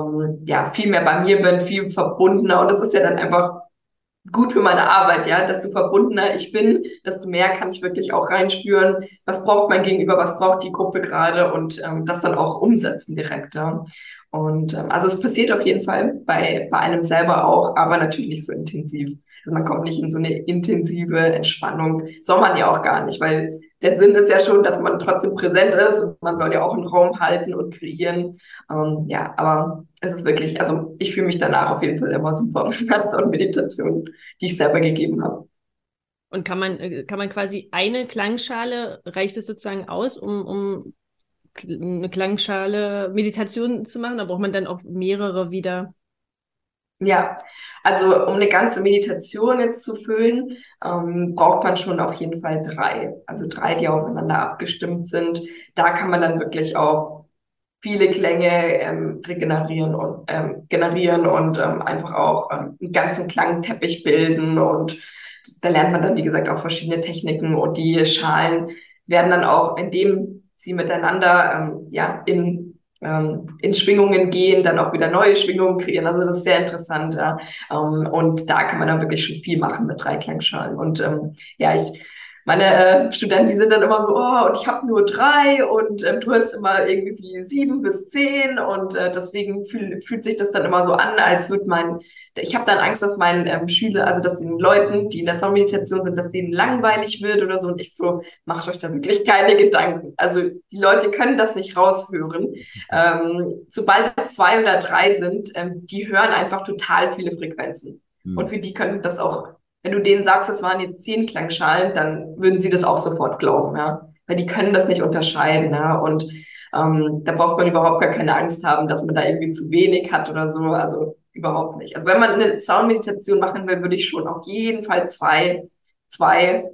viel mehr bei mir bin, viel verbundener. Und das ist ja dann einfach gut für meine Arbeit, ja, desto verbundener ich bin, desto mehr kann ich wirklich auch reinspüren, was braucht mein Gegenüber, was braucht die Gruppe gerade und das dann auch umsetzen direkt, ja. Und also es passiert auf jeden Fall bei einem selber auch, aber natürlich nicht so intensiv. Also man kommt nicht in so eine intensive Entspannung, soll man ja auch gar nicht, weil der Sinn ist ja schon, dass man trotzdem präsent ist und man soll ja auch einen Raum halten und kreieren. Aber es ist wirklich, also ich fühle mich danach auf jeden Fall immer super nach so einer Meditation, die ich selber gegeben habe. Und kann man quasi eine Klangschale, reicht es sozusagen aus, um eine Klangschale Meditation zu machen? Da braucht man dann auch mehrere wieder. Ja, also um eine ganze Meditation jetzt zu füllen, braucht man schon auf jeden Fall drei. Also drei, die aufeinander abgestimmt sind. Da kann man dann wirklich auch viele Klänge regenerieren und generieren und einfach auch einen ganzen Klangteppich bilden. Und da lernt man dann, wie gesagt, auch verschiedene Techniken. Und die Schalen werden dann auch, indem sie miteinander in Schwingungen gehen, dann auch wieder neue Schwingungen kreieren. Also das ist sehr interessant. Ja. Und da kann man dann wirklich schon viel machen mit drei Klangschalen. Und meine Studenten, die sind dann immer so, oh, und ich habe nur drei und du hast immer irgendwie 7 bis 10 und deswegen fühlt sich das dann immer so an, als würde ich habe dann Angst, dass meinen Schüler, also dass den Leuten, die in der Soundmeditation sind, dass denen langweilig wird oder so und ich so, macht euch da wirklich keine Gedanken. Also die Leute können das nicht raushören. Sobald es 2 oder 3 sind, die hören einfach total viele Frequenzen. Und für die können das auch, wenn du denen sagst, es waren jetzt 10 Klangschalen, dann würden sie das auch sofort glauben, ja. Weil die können das nicht unterscheiden, ja. Und da braucht man überhaupt gar keine Angst haben, dass man da irgendwie zu wenig hat oder so. Also überhaupt nicht. Also wenn man eine Soundmeditation machen will, würde ich schon auf jeden Fall zwei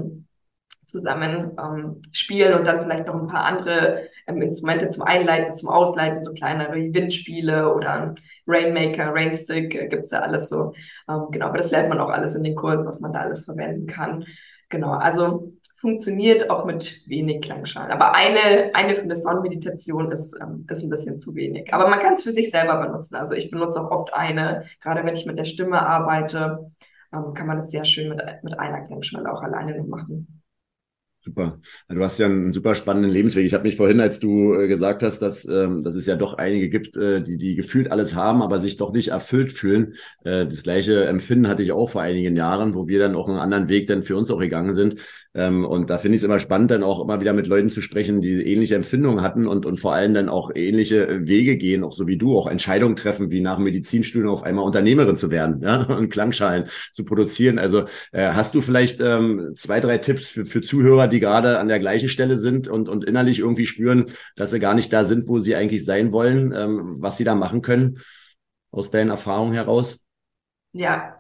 zusammen spielen und dann vielleicht noch ein paar andere Instrumente zum Einleiten, zum Ausleiten, so kleinere Windspiele oder ein Rainmaker, Rainstick, gibt's ja alles so. Genau, aber das lernt man auch alles in den Kursen, was man da alles verwenden kann. Genau, also funktioniert auch mit wenig Klangschalen. Aber eine für eine Soundmeditation ist ein bisschen zu wenig. Aber man kann es für sich selber benutzen. Also ich benutze auch oft eine, gerade wenn ich mit der Stimme arbeite, kann man das sehr schön mit einer Klangschale auch alleine nur machen. Super. Du hast ja einen super spannenden Lebensweg. Ich habe mich vorhin, als du gesagt hast, dass es ja doch einige gibt, die gefühlt alles haben, aber sich doch nicht erfüllt fühlen. Das gleiche Empfinden hatte ich auch vor einigen Jahren, wo wir dann auch einen anderen Weg dann für uns auch gegangen sind. Und da finde ich es immer spannend, dann auch immer wieder mit Leuten zu sprechen, die ähnliche Empfindungen hatten und vor allem dann auch ähnliche Wege gehen, auch so wie du, auch Entscheidungen treffen, wie nach dem Medizinstudium auf einmal Unternehmerin zu werden, ja, und Klangschalen zu produzieren. Also hast du vielleicht 2, 3 Tipps für Zuhörer, die gerade an der gleichen Stelle sind und innerlich irgendwie spüren, dass sie gar nicht da sind, wo sie eigentlich sein wollen, was sie da machen können, aus deinen Erfahrungen heraus? Ja,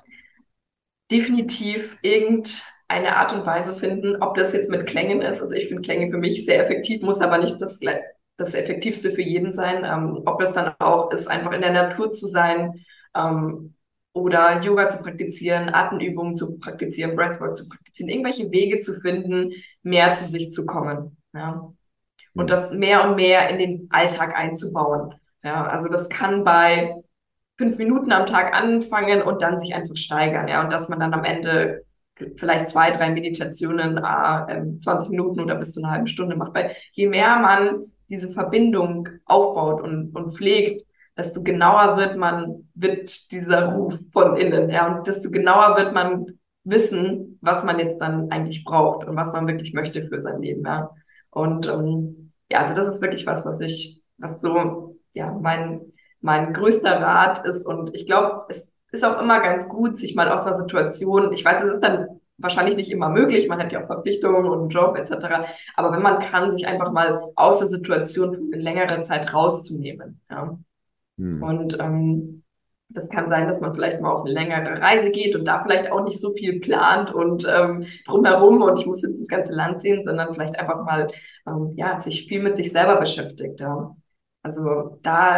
definitiv irgendeine Art und Weise finden, ob das jetzt mit Klängen ist. Also ich finde Klänge für mich sehr effektiv, muss aber nicht das Effektivste für jeden sein. Ob das dann auch ist, einfach in der Natur zu sein, oder Yoga zu praktizieren, Atemübungen zu praktizieren, Breathwork zu praktizieren, irgendwelche Wege zu finden, mehr zu sich zu kommen. Ja. Und Hm. das mehr und mehr in den Alltag einzubauen. Ja, also das kann bei 5 Minuten am Tag anfangen und dann sich einfach steigern. Ja, und dass man dann am Ende vielleicht 2, 3 Meditationen, 20 Minuten oder bis zu einer halben Stunde macht. Weil je mehr man diese Verbindung aufbaut und pflegt, desto genauer wird dieser Ruf von innen. Ja, und desto genauer wird man wissen, was man jetzt dann eigentlich braucht und was man wirklich möchte für sein Leben. Ja. Und ja, also das ist wirklich was so, ja, mein größter Rat ist. Und ich glaube, es ist auch immer ganz gut, sich mal aus einer Situation, ich weiß, es ist dann wahrscheinlich nicht immer möglich, man hat ja auch Verpflichtungen und einen Job etc. Aber wenn man kann, sich einfach mal aus der Situation für eine längere Zeit rauszunehmen. Ja. Hm. Und das kann sein, dass man vielleicht mal auf eine längere Reise geht und da vielleicht auch nicht so viel plant und drumherum und ich muss jetzt das ganze Land sehen, sondern vielleicht einfach mal ja, sich viel mit sich selber beschäftigt. Ja. Also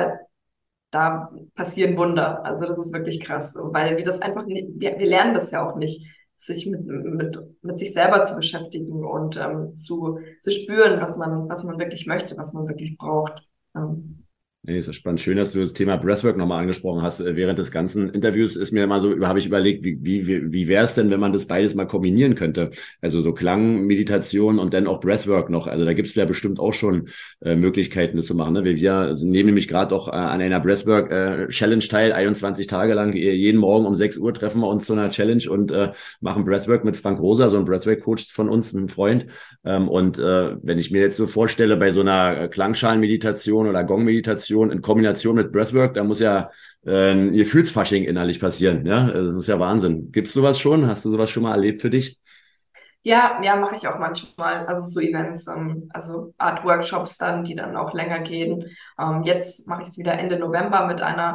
da passieren Wunder. Also das ist wirklich krass, weil wir das einfach nicht, wir lernen das ja auch nicht, sich mit sich selber zu beschäftigen und zu spüren, was man wirklich möchte, was man wirklich braucht. Ähm, Nee, ist ja spannend. Schön, dass du das Thema Breathwork nochmal angesprochen hast. Während des ganzen Interviews ist mir immer so, habe ich überlegt, wie wäre es denn, wenn man das beides mal kombinieren könnte? Also so Klang, Meditation und dann auch Breathwork noch. Also da gibt es ja bestimmt auch schon Möglichkeiten, das zu machen. Ne? Wir nehmen nämlich gerade auch an einer Breathwork Challenge teil, 21 Tage lang. Jeden Morgen um 6 Uhr treffen wir uns zu einer Challenge und machen Breathwork mit Frank Rosa, so ein Breathwork-Coach von uns, ein Freund. Wenn ich mir jetzt so vorstelle, bei so einer Klangschalenmeditation oder Gong-Meditation in Kombination mit Breathwork, da muss ja ein Gefühlsfasching innerlich passieren. Ja, also das ist ja Wahnsinn. Gibt's sowas schon? Hast du sowas schon mal erlebt für dich? Ja, ja, mache ich auch manchmal. Also so Events, also Art Workshops dann, die dann auch länger gehen. Jetzt mache ich es wieder Ende November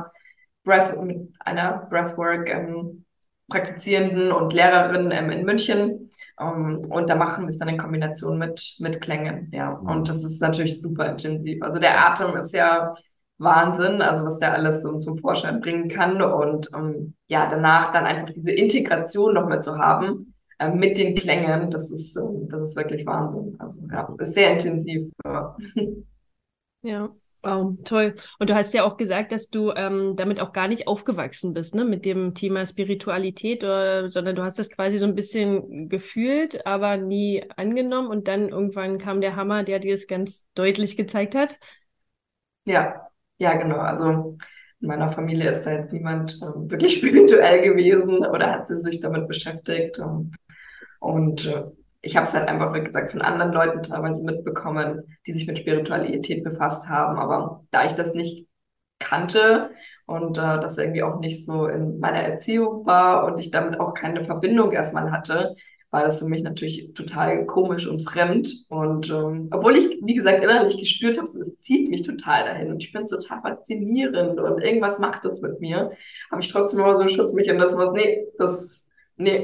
mit einer Breathwork Praktizierenden und Lehrerin in München. Und da machen wir es dann in Kombination mit Klängen. Ja, und Mhm. das ist natürlich super intensiv. Also der Atem ist ja Wahnsinn, also was der alles zum Vorschein bringen kann. Und ja, danach dann einfach diese Integration nochmal zu haben mit den Klängen, das ist wirklich Wahnsinn. Also ja, ist sehr intensiv. Ja. Ja, wow, toll. Und du hast ja auch gesagt, dass du damit auch gar nicht aufgewachsen bist, ne, mit dem Thema Spiritualität, sondern du hast das quasi so ein bisschen gefühlt, aber nie angenommen. Und dann irgendwann kam der Hammer, der dir es ganz deutlich gezeigt hat. Ja, ja, genau. Also in meiner Familie ist da jetzt niemand wirklich spirituell gewesen oder hat sie sich damit beschäftigt. Und ich habe es halt einfach, wie gesagt, von anderen Leuten teilweise mitbekommen, die sich mit Spiritualität befasst haben. Aber da ich das nicht kannte und das irgendwie auch nicht so in meiner Erziehung war und ich damit auch keine Verbindung erstmal hatte, war das für mich natürlich total komisch und fremd. Und obwohl ich, wie gesagt, innerlich gespürt habe, so, es zieht mich total dahin und ich finde es total faszinierend und irgendwas macht das mit mir, habe ich trotzdem immer so einen Schutzmechanismus, nee,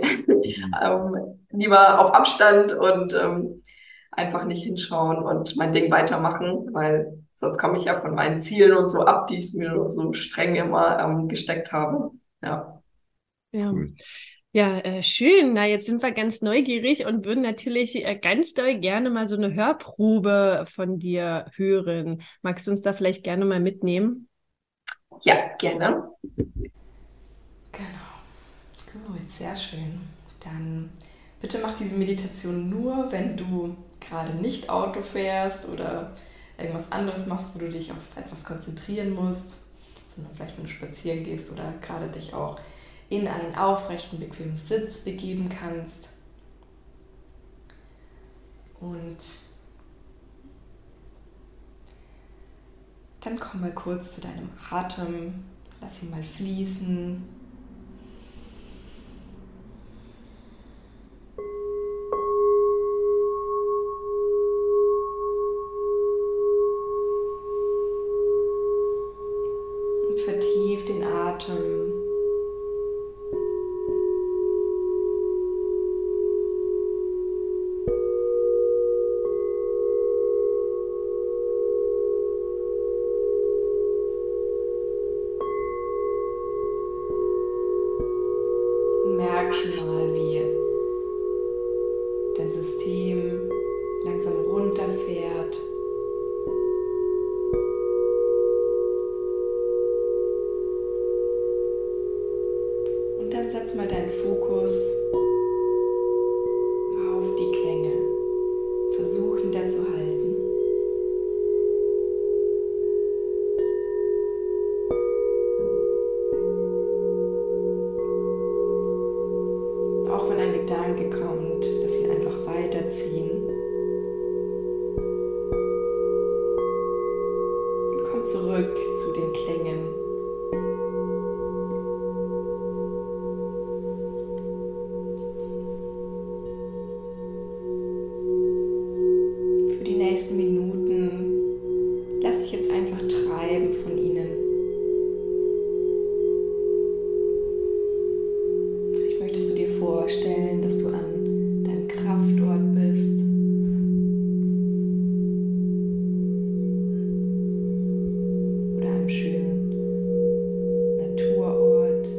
lieber auf Abstand und einfach nicht hinschauen und mein Ding weitermachen, weil sonst komme ich ja von meinen Zielen und so ab, die ich mir so streng immer gesteckt habe. Ja. Ja. Cool. Ja, schön. Na, jetzt sind wir ganz neugierig und würden natürlich ganz doll gerne mal so eine Hörprobe von dir hören. Magst du uns da vielleicht gerne mal mitnehmen? Ja, gerne. Genau, gut, sehr schön. Dann bitte mach diese Meditation nur, wenn du gerade nicht Auto fährst oder irgendwas anderes machst, wo du dich auf etwas konzentrieren musst, sondern vielleicht, wenn du spazieren gehst oder gerade dich auch in einen aufrechten, bequemen Sitz begeben kannst. Und dann komm mal kurz zu deinem Atem, lass ihn mal fließen. Und vertief den Atem. zurück zu den Klängen. Für die nächsten Minuten lass dich jetzt einfach treiben von ihnen. Vielleicht möchtest du dir vorstellen, dass du an deinem Kraftort bist. Oder einem schönen Naturort.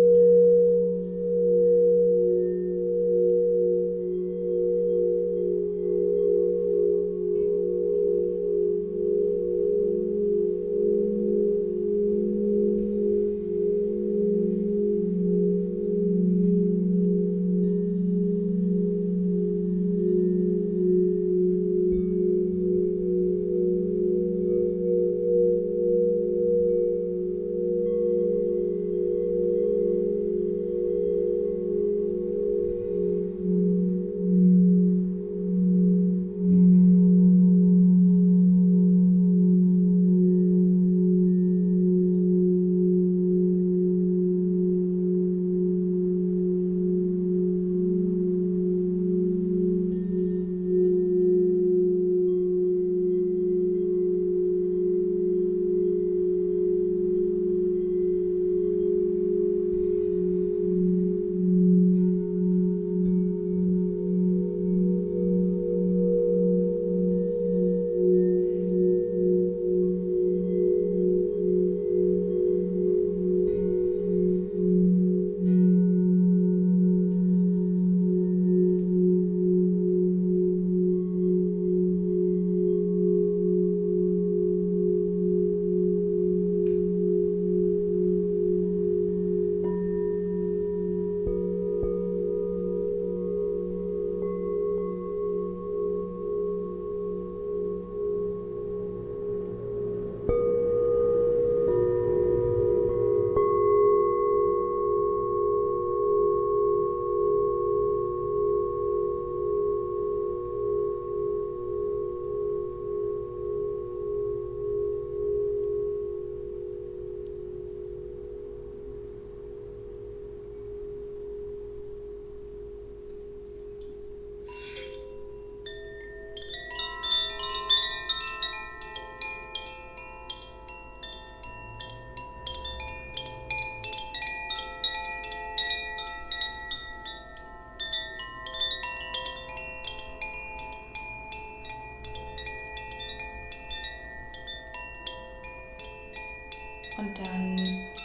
Und dann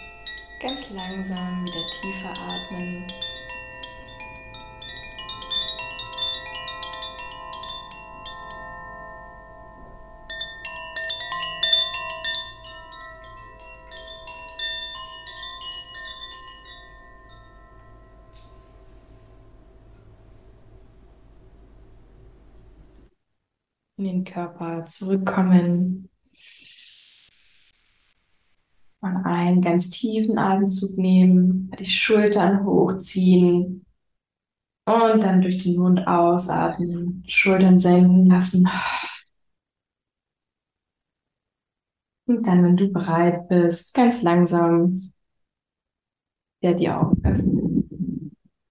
ganz langsam wieder tiefer atmen. In den Körper zurückkommen. Mal einen ganz tiefen Atemzug nehmen, die Schultern hochziehen und dann durch den Mund ausatmen, Schultern senken lassen. Und dann, wenn du bereit bist, ganz langsam wieder die Augen öffnen.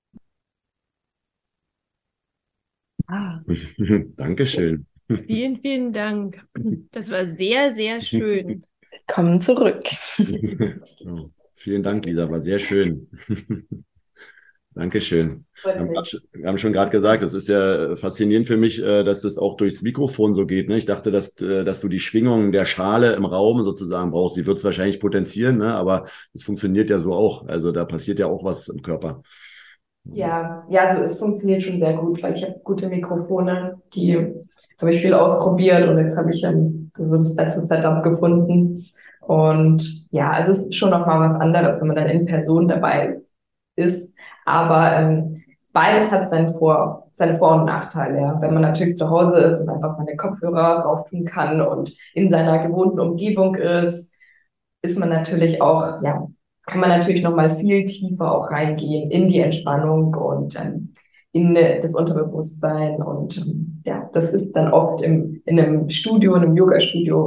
Dankeschön. Vielen, vielen Dank. Das war sehr, sehr schön. Willkommen zurück. Oh, vielen Dank, Lisa, war sehr schön. Dankeschön. Wir haben schon gerade gesagt, es ist ja faszinierend für mich, dass das auch durchs Mikrofon so geht. Ne? Ich dachte, dass du die Schwingung der Schale im Raum sozusagen brauchst. Die wird es wahrscheinlich potenzieren, ne? Aber es funktioniert ja so auch. Also da passiert ja auch was im Körper. Ja, also es funktioniert schon sehr gut, weil ich habe gute Mikrofone, die habe ich viel ausprobiert und jetzt habe ich so das beste Setup gefunden. Und ja, also es ist schon nochmal was anderes, wenn man dann in Person dabei ist. Aber beides hat seine Vor- und Nachteile. Ja. Wenn man natürlich zu Hause ist und einfach seine Kopfhörer drauf tun kann und in seiner gewohnten Umgebung ist man natürlich auch, ja, kann man natürlich nochmal viel tiefer auch reingehen in die Entspannung und in das Unterbewusstsein. Und ja, das ist dann oft in einem Studio, in einem Yoga-Studio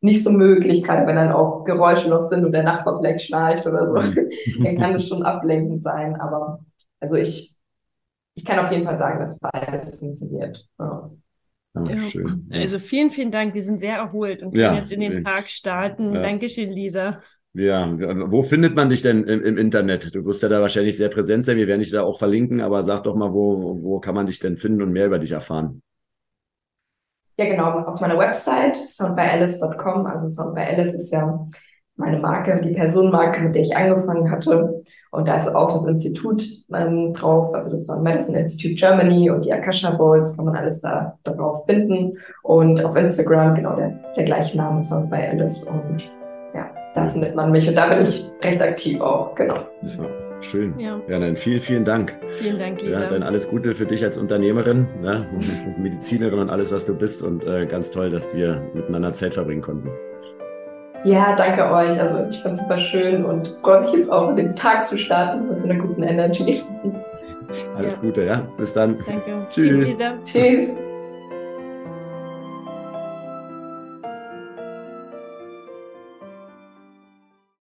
nicht so möglich, gerade wenn dann auch Geräusche noch sind und der Nachbar vielleicht schnarcht oder so, dann kann das schon ablenkend sein. Aber also ich kann auf jeden Fall sagen, dass beides funktioniert. Ja. Ja, schön. Ja. Also vielen, vielen Dank. Wir sind sehr erholt und können jetzt in den Tag starten. Dankeschön, Lisa. Ja, wo findet man dich denn im Internet? Du wirst ja da wahrscheinlich sehr präsent sein. Wir werden dich da auch verlinken, aber sag doch mal, wo kann man dich denn finden und mehr über dich erfahren? Ja, genau, auf meiner Website soundbyalice.com. Also Sound by Alice ist ja meine Marke, die Personenmarke, mit der ich angefangen hatte. Und da ist auch das Institut drauf, also das Sound Medicine Institute Germany und die Akasha Bowls, kann man alles da darauf finden. Und auf Instagram, genau, der gleiche Name, Sound by Alice. Und ja, da findet man mich und da bin ich recht aktiv auch, genau. Ja. Schön. Ja, dann vielen, vielen Dank. Vielen Dank, Lisa. Ja, dann alles Gute für dich als Unternehmerin, ne? Und Medizinerin und alles, was du bist. Und ganz toll, dass wir miteinander Zeit verbringen konnten. Ja, danke euch. Also ich fand es super schön und freue mich jetzt auch, den Tag zu starten mit so einer guten Energy. Alles Gute, ja. Bis dann. Danke. Tschüss. Tschüss, Lisa. Tschüss.